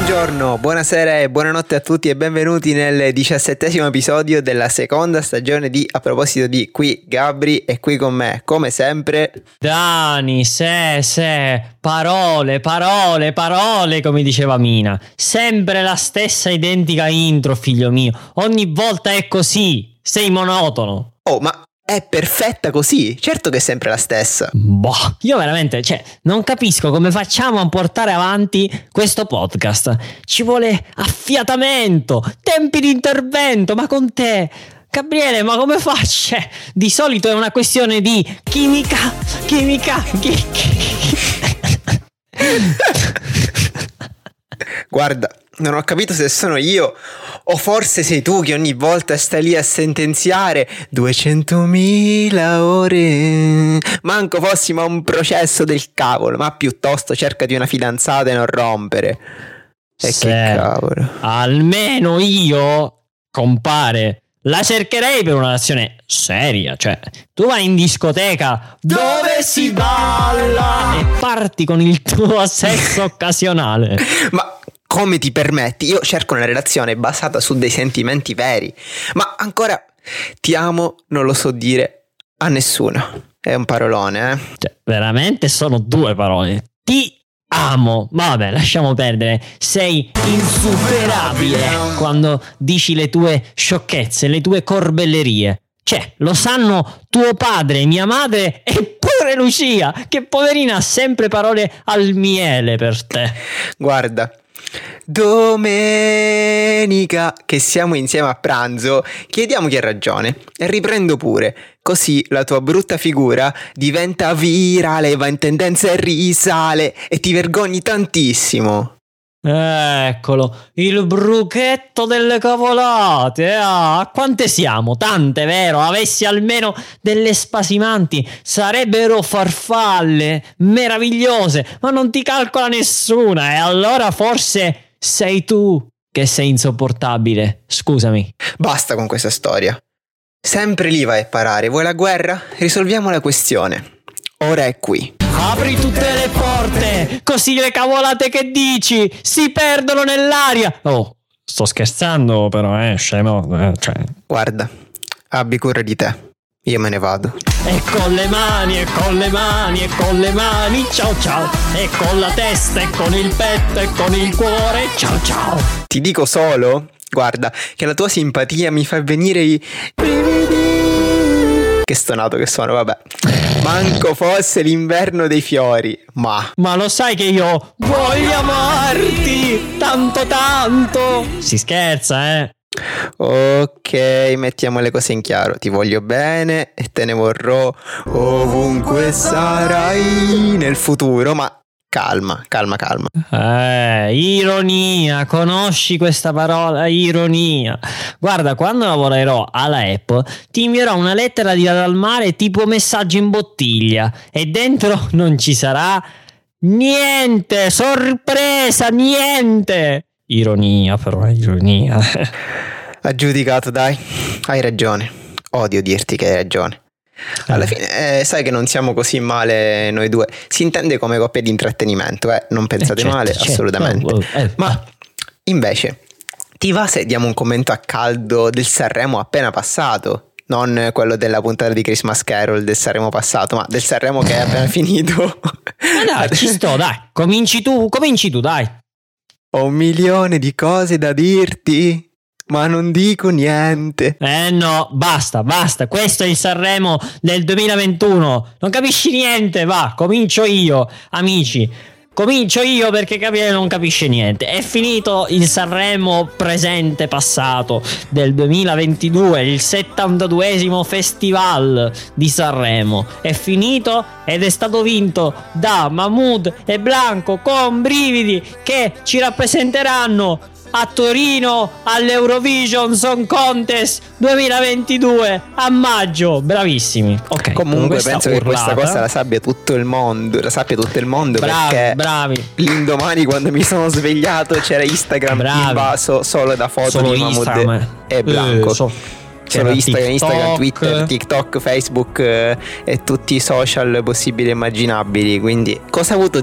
Buongiorno, buonasera e buonanotte a tutti e benvenuti nel 17° episodio della seconda stagione di A proposito di. Qui Gabri e qui con me, come sempre, Dani, parole, come diceva Mina. Sempre la stessa identica intro, figlio mio. Ogni volta è così, sei monotono. Oh, ma è perfetta così, certo che è sempre la stessa. Boh, io veramente, non capisco come facciamo a portare avanti questo podcast. Ci vuole affiatamento, tempi di intervento, ma con te, Gabriele, ma come faccio? Di solito è una questione di chimica. Guarda, non ho capito se sono io o forse sei tu che ogni volta stai lì a sentenziare 200.000 ore. Manco fossimo a un processo del cavolo, ma piuttosto cerca di una fidanzata e non rompere. E Se che cavolo. Almeno io, compare, la cercherei per una relazione seria. Cioè, tu vai in discoteca dove si balla e parti con il tuo sesso occasionale. Ma come ti permetti? Io cerco una relazione basata su dei sentimenti veri. Ma ancora ti amo non lo so dire a nessuno. È un parolone, eh? Cioè, veramente sono due parole. Ti amo. Ma vabbè, lasciamo perdere. Sei insuperabile quando dici le tue sciocchezze, le tue corbellerie. Cioè, lo sanno tuo padre, mia madre e pure Lucia, che poverina ha sempre parole al miele per te. Guarda, domenica che siamo insieme a pranzo, chiediamo chi ha ragione e riprendo pure. Così la tua brutta figura diventa virale, va in tendenza e risale e ti vergogni tantissimo. Eccolo, il bruchetto delle cavolate. Ah, quante siamo? Tante, vero? Avessi almeno delle spasimanti, sarebbero farfalle meravigliose, ma non ti calcola nessuna. E allora forse sei tu che sei insopportabile. Scusami. Basta con questa storia. Sempre lì vai a parare. Vuoi la guerra? Risolviamo la questione. Ora è qui. Apri tutte le porte, così le cavolate che dici si perdono nell'aria. Oh, sto scherzando però, scemo. Guarda, abbi cura di te. Io me ne vado. E con le mani, ciao ciao. E con la testa, e con il petto, e con il cuore, ciao ciao. Ti dico solo, guarda, che la tua simpatia mi fa venire i brividi. Che stonato che sono, vabbè. Manco fosse l'inverno dei fiori, ma lo sai che io voglio amarti tanto. Si scherza, eh. Ok, mettiamo le cose in chiaro. Ti voglio bene e te ne vorrò ovunque sarai nel futuro, ma calma. Ironia, conosci questa parola? Ironia. Guarda, quando lavorerò alla Apple ti invierò una lettera di dal mare tipo messaggio in bottiglia e dentro non ci sarà niente, sorpresa, niente. Ironia, però, ironia. Aggiudicato, dai. Hai ragione. Odio dirti che hai ragione. Alla fine sai che non siamo così male noi due. Si intende come coppia di intrattenimento, non pensate certo, male, certo. assolutamente. Ma invece ti va se diamo un commento a caldo del Sanremo appena passato? Non quello della puntata di Christmas Carol del Sanremo passato, ma del Sanremo che è appena finito. Ma dai, ci sto, dai. Cominci tu, dai. Ho 1 milione di cose da dirti, ma non dico niente. No, basta. Questo è il Sanremo del 2021. Non capisci niente, va. Comincio io, amici. Comincio io perché Gabriele non capisce niente. È finito il Sanremo presente passato del 2022, il 72esimo festival di Sanremo. È finito ed è stato vinto da Mahmood e Blanco con brividi che ci rappresenteranno a Torino all'Eurovision Song Contest 2022 a maggio. Bravissimi. Ok. Comunque penso che questa cosa la sappia tutto il mondo. Perché bravi. L'indomani quando mi sono svegliato c'era Instagram invaso solo da foto di Mahmood e Blanco. Solo Instagram, Twitter, TikTok, Facebook e tutti i social possibili e immaginabili. Quindi cosa ha avuto di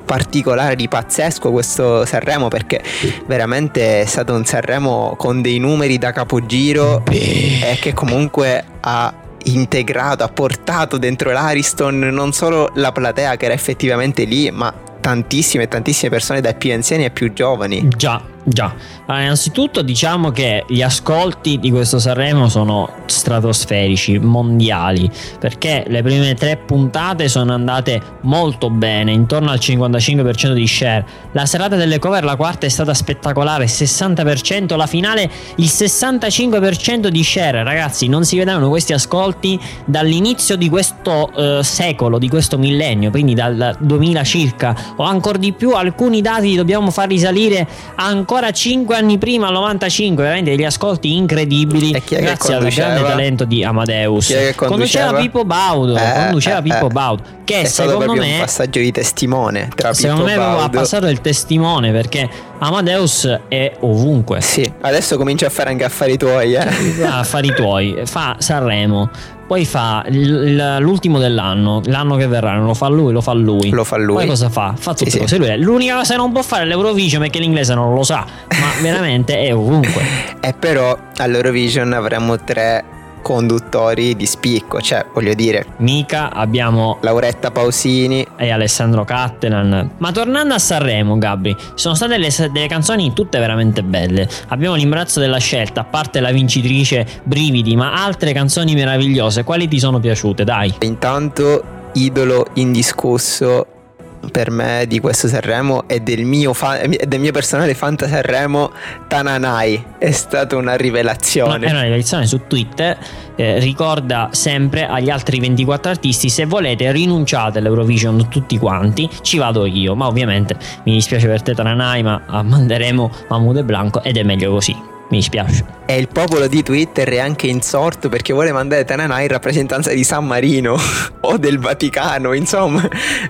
particolare, di pazzesco questo Sanremo, perché veramente è stato un Sanremo con dei numeri da capogiro e che comunque ha integrato, ha portato dentro l'Ariston non solo la platea che era effettivamente lì, ma tantissime persone, dai più anziani ai più giovani. Già. Allora, innanzitutto diciamo che gli ascolti di questo Sanremo sono stratosferici, mondiali, perché le prime 3 puntate sono andate molto bene, intorno al 55% di share. La serata delle cover, la quarta, è stata spettacolare, 60%, la finale il 65% di share. Ragazzi, non si vedevano questi ascolti dall'inizio di questo secolo, di questo millennio, quindi dal 2000 circa, o ancora di più. Alcuni dati li dobbiamo far risalire ancora 5 anni prima, al 95, veramente degli ascolti incredibili, grazie al grande talento di Amadeus. Chi è che conduceva? Pippo Baudo, che è secondo me un passaggio di testimone tra secondo Pippo me Baudo. ha passato il testimone, perché Amadeus è ovunque. Sì, adesso comincia a fare anche affari tuoi, affari tuoi, fa Sanremo, poi fa l'ultimo dell'anno, l'anno che verrà, non lo fa lui, lo fa lui. Poi cosa fa? Fa tutte cose. Lui è l'unica cosa che non può fare l'Eurovision, perché l'inglese non lo sa, ma veramente è ovunque. E però all'Eurovision avremo 3 conduttori di spicco, cioè voglio dire, mica abbiamo Lauretta Pausini e Alessandro Cattelan. Ma tornando a Sanremo, Gabri, sono state delle canzoni tutte veramente belle. Abbiamo l'imbarazzo della scelta, a parte la vincitrice Brividi, ma altre canzoni meravigliose. Quali ti sono piaciute? Dai. Intanto idolo indiscusso per me di questo Sanremo e del mio personale Fanta Sanremo, Tananai. È stata una rivelazione. È una rivelazione su Twitter. Ricorda sempre agli altri 24 artisti: se volete rinunciate all'Eurovision tutti quanti, ci vado io. Ma ovviamente mi dispiace per te, Tananai, ma manderemo Mahmood e Blanco ed è meglio così. Mi dispiace. E il popolo di Twitter è anche insorto, perché vuole mandare Tananai in rappresentanza di San Marino o del Vaticano, insomma.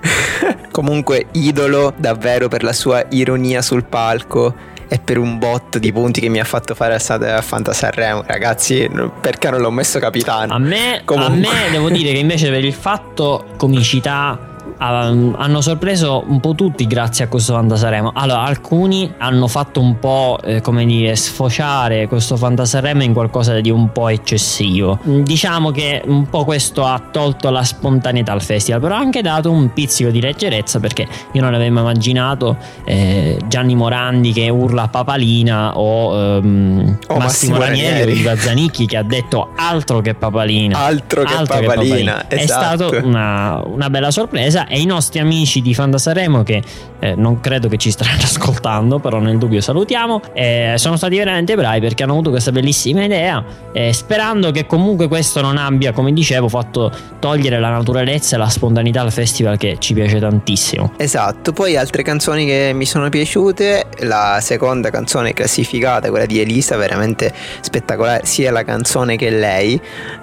Comunque idolo davvero per la sua ironia sul palco e per un botto di punti che mi ha fatto fare a Fanta Sanremo. Ragazzi, perché non l'ho messo capitano? A me devo dire che invece per il fatto comicità hanno sorpreso un po' tutti grazie a questo Fanta Sanremo. Allora, alcuni hanno fatto un po' come dire, sfociare questo Fanta Sanremo in qualcosa di un po' eccessivo. Diciamo che un po' questo ha tolto la spontaneità al festival, però ha anche dato un pizzico di leggerezza, perché io non avevo immaginato Gianni Morandi che urla Papalina o Massimo Ranieri o Viva Zanicchi che ha detto altro che Papalina. Altro che Papalina. Esatto. È stata una bella sorpresa. E i nostri amici di Fanta Sanremo, che non credo che ci staranno ascoltando, però nel dubbio salutiamo, sono stati veramente bravi, perché hanno avuto questa bellissima idea, sperando che comunque questo non abbia, come dicevo, fatto togliere la naturalezza e la spontaneità al festival, che ci piace tantissimo. Esatto. Poi altre canzoni che mi sono piaciute: la seconda canzone classificata, quella di Elisa, veramente spettacolare, sia la canzone che lei,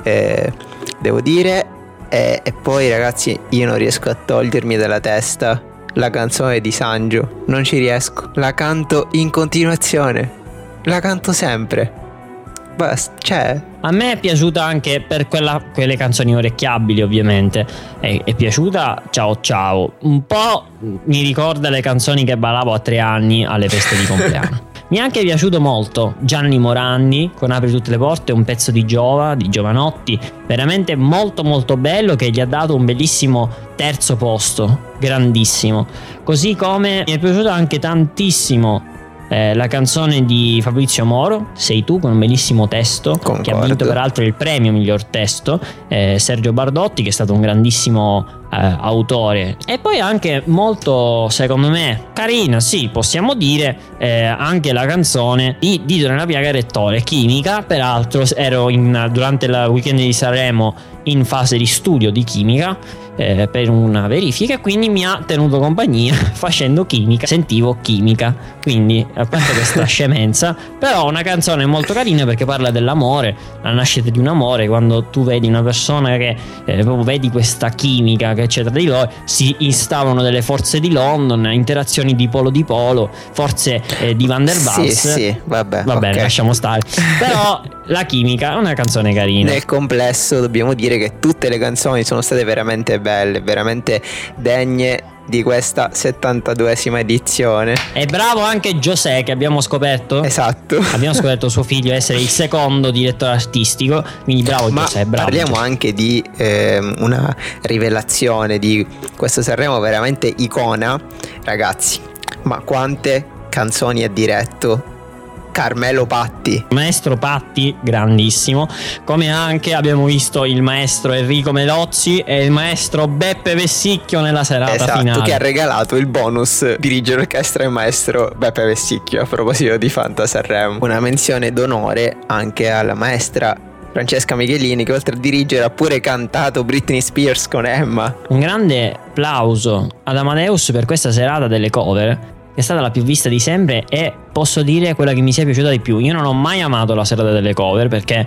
devo dire. E poi, ragazzi, io non riesco a togliermi dalla testa la canzone di Sangio. Non ci riesco. La canto in continuazione. La canto sempre. Basta, cioè. A me è piaciuta anche per quelle canzoni orecchiabili, ovviamente. È piaciuta Ciao Ciao. Un po' mi ricorda le canzoni che ballavo a 3 anni alle feste di compleanno. Mi è anche piaciuto molto Gianni Morandi con Apri tutte le porte, un pezzo di Giovanotti, veramente molto molto bello, che gli ha dato un bellissimo terzo posto, grandissimo. Così come mi è piaciuto anche tantissimo la canzone di Fabrizio Moro, Sei tu, con un bellissimo testo. Concordo. Che ha vinto peraltro il premio miglior testo, Sergio Bardotti, che è stato un grandissimo autore. E poi anche molto, secondo me, carina, sì, possiamo dire, anche la canzone di Dito Nella Piaga e Rettore, Chimica. Peraltro ero durante il weekend di Sanremo in fase di studio di chimica per una verifica, e quindi mi ha tenuto compagnia facendo chimica, sentivo chimica, quindi a parte questa scemenza, però una canzone molto carina, perché parla dell'amore, la nascita di un amore, quando tu vedi una persona che proprio vedi questa chimica che c'è tra di loro, si instaurano delle forze di London, interazioni di polo, forze di Van der Waals. Sì, vabbè, va bene, lasciamo stare. Però la chimica è una canzone carina. Nel complesso dobbiamo dire che tutte le canzoni sono state veramente belle, veramente degne di questa 72esima edizione. E bravo anche José, che abbiamo scoperto. Esatto. Abbiamo scoperto suo figlio essere il secondo direttore artistico. Quindi bravo José, bravo. Parliamo anche di una rivelazione di questo Sanremo veramente icona. Ragazzi, ma quante canzoni ha diretto Carmelo Patti? Maestro Patti, grandissimo. Come anche abbiamo visto il maestro Enrico Melozzi e il maestro Beppe Vessicchio nella serata finale, che ha regalato il bonus dirige l'orchestra il maestro Beppe Vessicchio. A proposito di Fanta Sanremo, una menzione d'onore anche alla maestra Francesca Michelini, che oltre a dirigere ha pure cantato Britney Spears con Emma. Un grande applauso ad Amadeus per questa serata delle cover, che è stata la più vista di sempre e posso dire quella che mi sia piaciuta di più. Io non ho mai amato la serata delle cover perché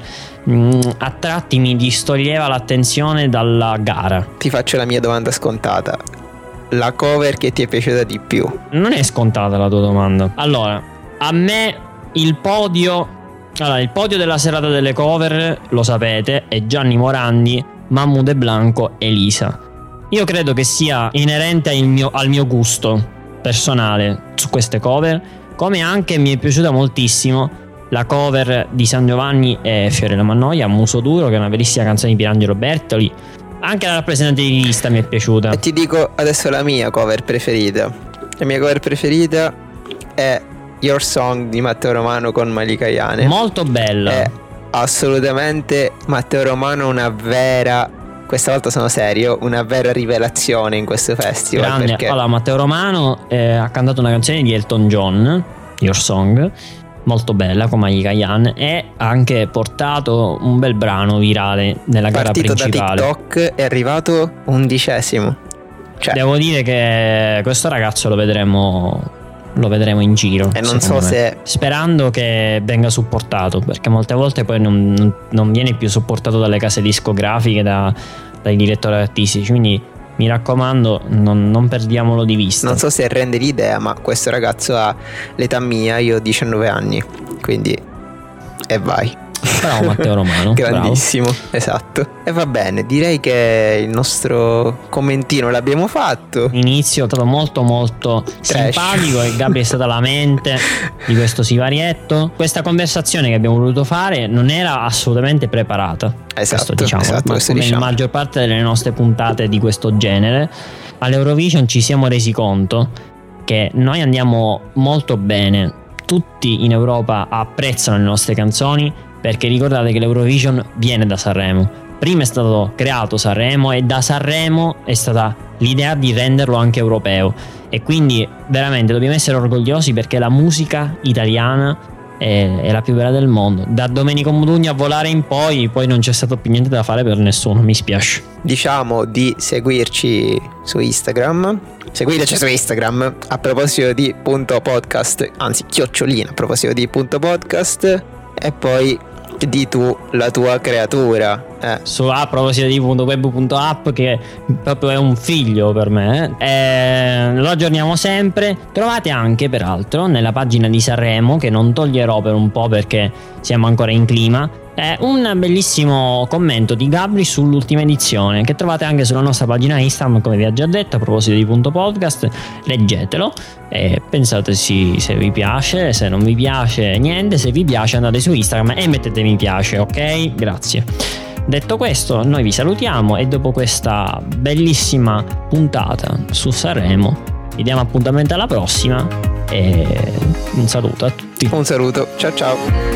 a tratti mi distoglieva l'attenzione dalla gara. Ti faccio la mia domanda scontata: la cover che ti è piaciuta di più? Non è scontata la tua domanda. Allora, a me il podio della serata delle cover, lo sapete, è Gianni Morandi, Mahmood e Blanco, Elisa. Io credo che sia inerente al mio gusto personale su queste cover, come anche mi è piaciuta moltissimo la cover di San Giovanni e Fiorella Mannoia, Muso Duro, che è una bellissima canzone di Pierangelo Bertoli. Anche la rappresentante di lista mi è piaciuta. E ti dico adesso la mia cover preferita. La mia cover preferita è Your Song di Matteo Romano con Malika Ayane. Molto bella. È assolutamente Matteo Romano una vera, questa volta sono serio, una vera rivelazione in questo festival. Grande. Perché Allora, Matteo Romano ha cantato una canzone di Elton John, Your Song, molto bella con Malika Ayane, e ha anche portato un bel brano virale nella gara principale. Da TikTok è arrivato 11°. Cioè, devo dire che questo ragazzo lo vedremo in giro, e non so se, sperando che venga supportato, perché molte volte poi non viene più supportato dalle case discografiche, dai direttori artistici, quindi mi raccomando non perdiamolo di vista. Non so se rende l'idea, ma questo ragazzo ha l'età mia, io ho 19 anni, quindi e vai. Bravo Matteo Romano. Grandissimo, bravo. Esatto. E va bene, direi che il nostro commentino l'abbiamo fatto. L'inizio è stato molto molto simpatico e Gabri è stata la mente di questo sivarietto. Questa conversazione che abbiamo voluto fare non era assolutamente preparata. Esatto, questo diciamo, ma come la maggior parte delle nostre puntate di questo genere, all'Eurovision ci siamo resi conto che noi andiamo molto bene. Tutti in Europa apprezzano le nostre canzoni, perché ricordate che l'Eurovision viene da Sanremo. Prima è stato creato Sanremo e da Sanremo è stata l'idea di renderlo anche europeo, e quindi veramente dobbiamo essere orgogliosi perché la musica italiana è la più bella del mondo. Da Domenico Modugno a Volare in poi non c'è stato più niente da fare per nessuno, mi spiace. Diciamo di seguirci su Instagram. Seguiteci su Instagram a proposito di .podcast, anzi @ a proposito di .podcast, e poi di tu la tua creatura a proposito di .web.app, che proprio è un figlio per me, lo aggiorniamo sempre. Trovate anche peraltro nella pagina di Sanremo, che non toglierò per un po' perché siamo ancora in clima, un bellissimo commento di Gabri sull'ultima edizione, che trovate anche sulla nostra pagina Instagram, come vi ho già detto, a proposito di .podcast. Leggetelo e pensate se vi piace. Se non vi piace niente, se vi piace andate su Instagram e mettete mi piace, ok? Grazie. Detto questo, noi vi salutiamo e dopo questa bellissima puntata su Sanremo vi diamo appuntamento alla prossima e un saluto a tutti. Un saluto, ciao ciao.